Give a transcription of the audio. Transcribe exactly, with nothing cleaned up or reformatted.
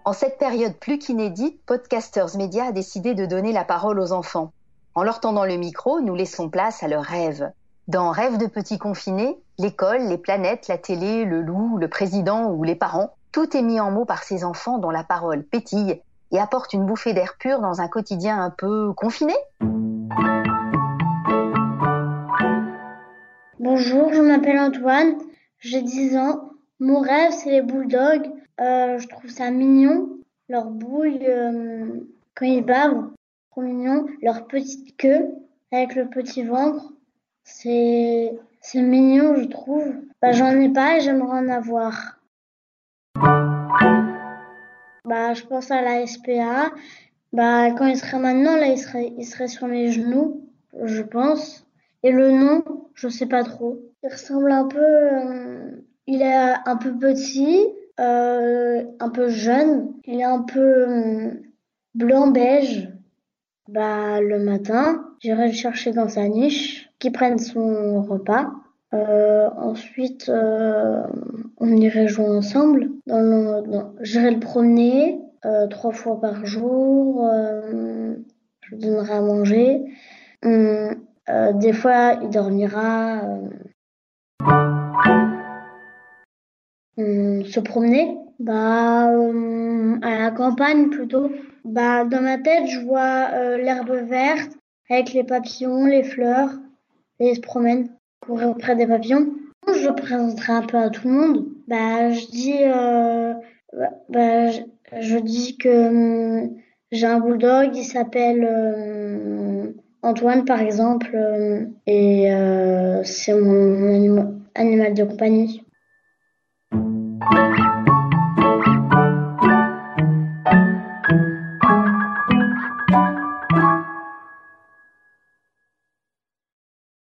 En cette période plus qu'inédite, Podcasters Media a décidé de donner la parole aux enfants. En leur tendant le micro, nous laissons place à leurs rêves. Dans Rêves de petits confinés, l'école, les planètes, la télé, le loup, le président ou les parents, tout est mis en mots par ces enfants dont la parole pétille et apporte une bouffée d'air pur dans un quotidien un peu confiné. Bonjour, je m'appelle Antoine, j'ai dix ans. Mon rêve, c'est les bulldogs. Euh, je trouve ça mignon, leur bouille euh, quand ils bavent, trop mignon. Leur petite queue avec le petit ventre, c'est c'est mignon, je trouve. Bah, j'en ai pas et j'aimerais en avoir. Bah, je pense à la S P A. Bah, quand il serait maintenant, là, il serait, il serait sur mes genoux, je pense. Et le nom, je sais pas trop. Il ressemble un peu, euh, il est un peu petit, euh, un peu jeune. Il est un peu euh, blanc-beige. Bah, le matin, j'irai le chercher dans sa niche, qu'il prenne son repas. Euh, ensuite, euh, on irait jouer ensemble. Dans le, dans, j'irai le promener euh, trois fois par jour. Euh, je lui donnerai à manger. Hum, euh, des fois, il dormira. Euh, hum, se promener, bah, hum, à la campagne plutôt. Bah, dans ma tête, je vois euh, l'herbe verte avec les papillons, les fleurs, et ils se promènent, courir auprès des papillons. Je présenterai un peu à tout le monde. Bah, je dis, euh, bah, bah, je, je dis que hum, j'ai un bulldog, il s'appelle euh, Antoine par exemple, euh, et euh, c'est mon anima- animal de compagnie.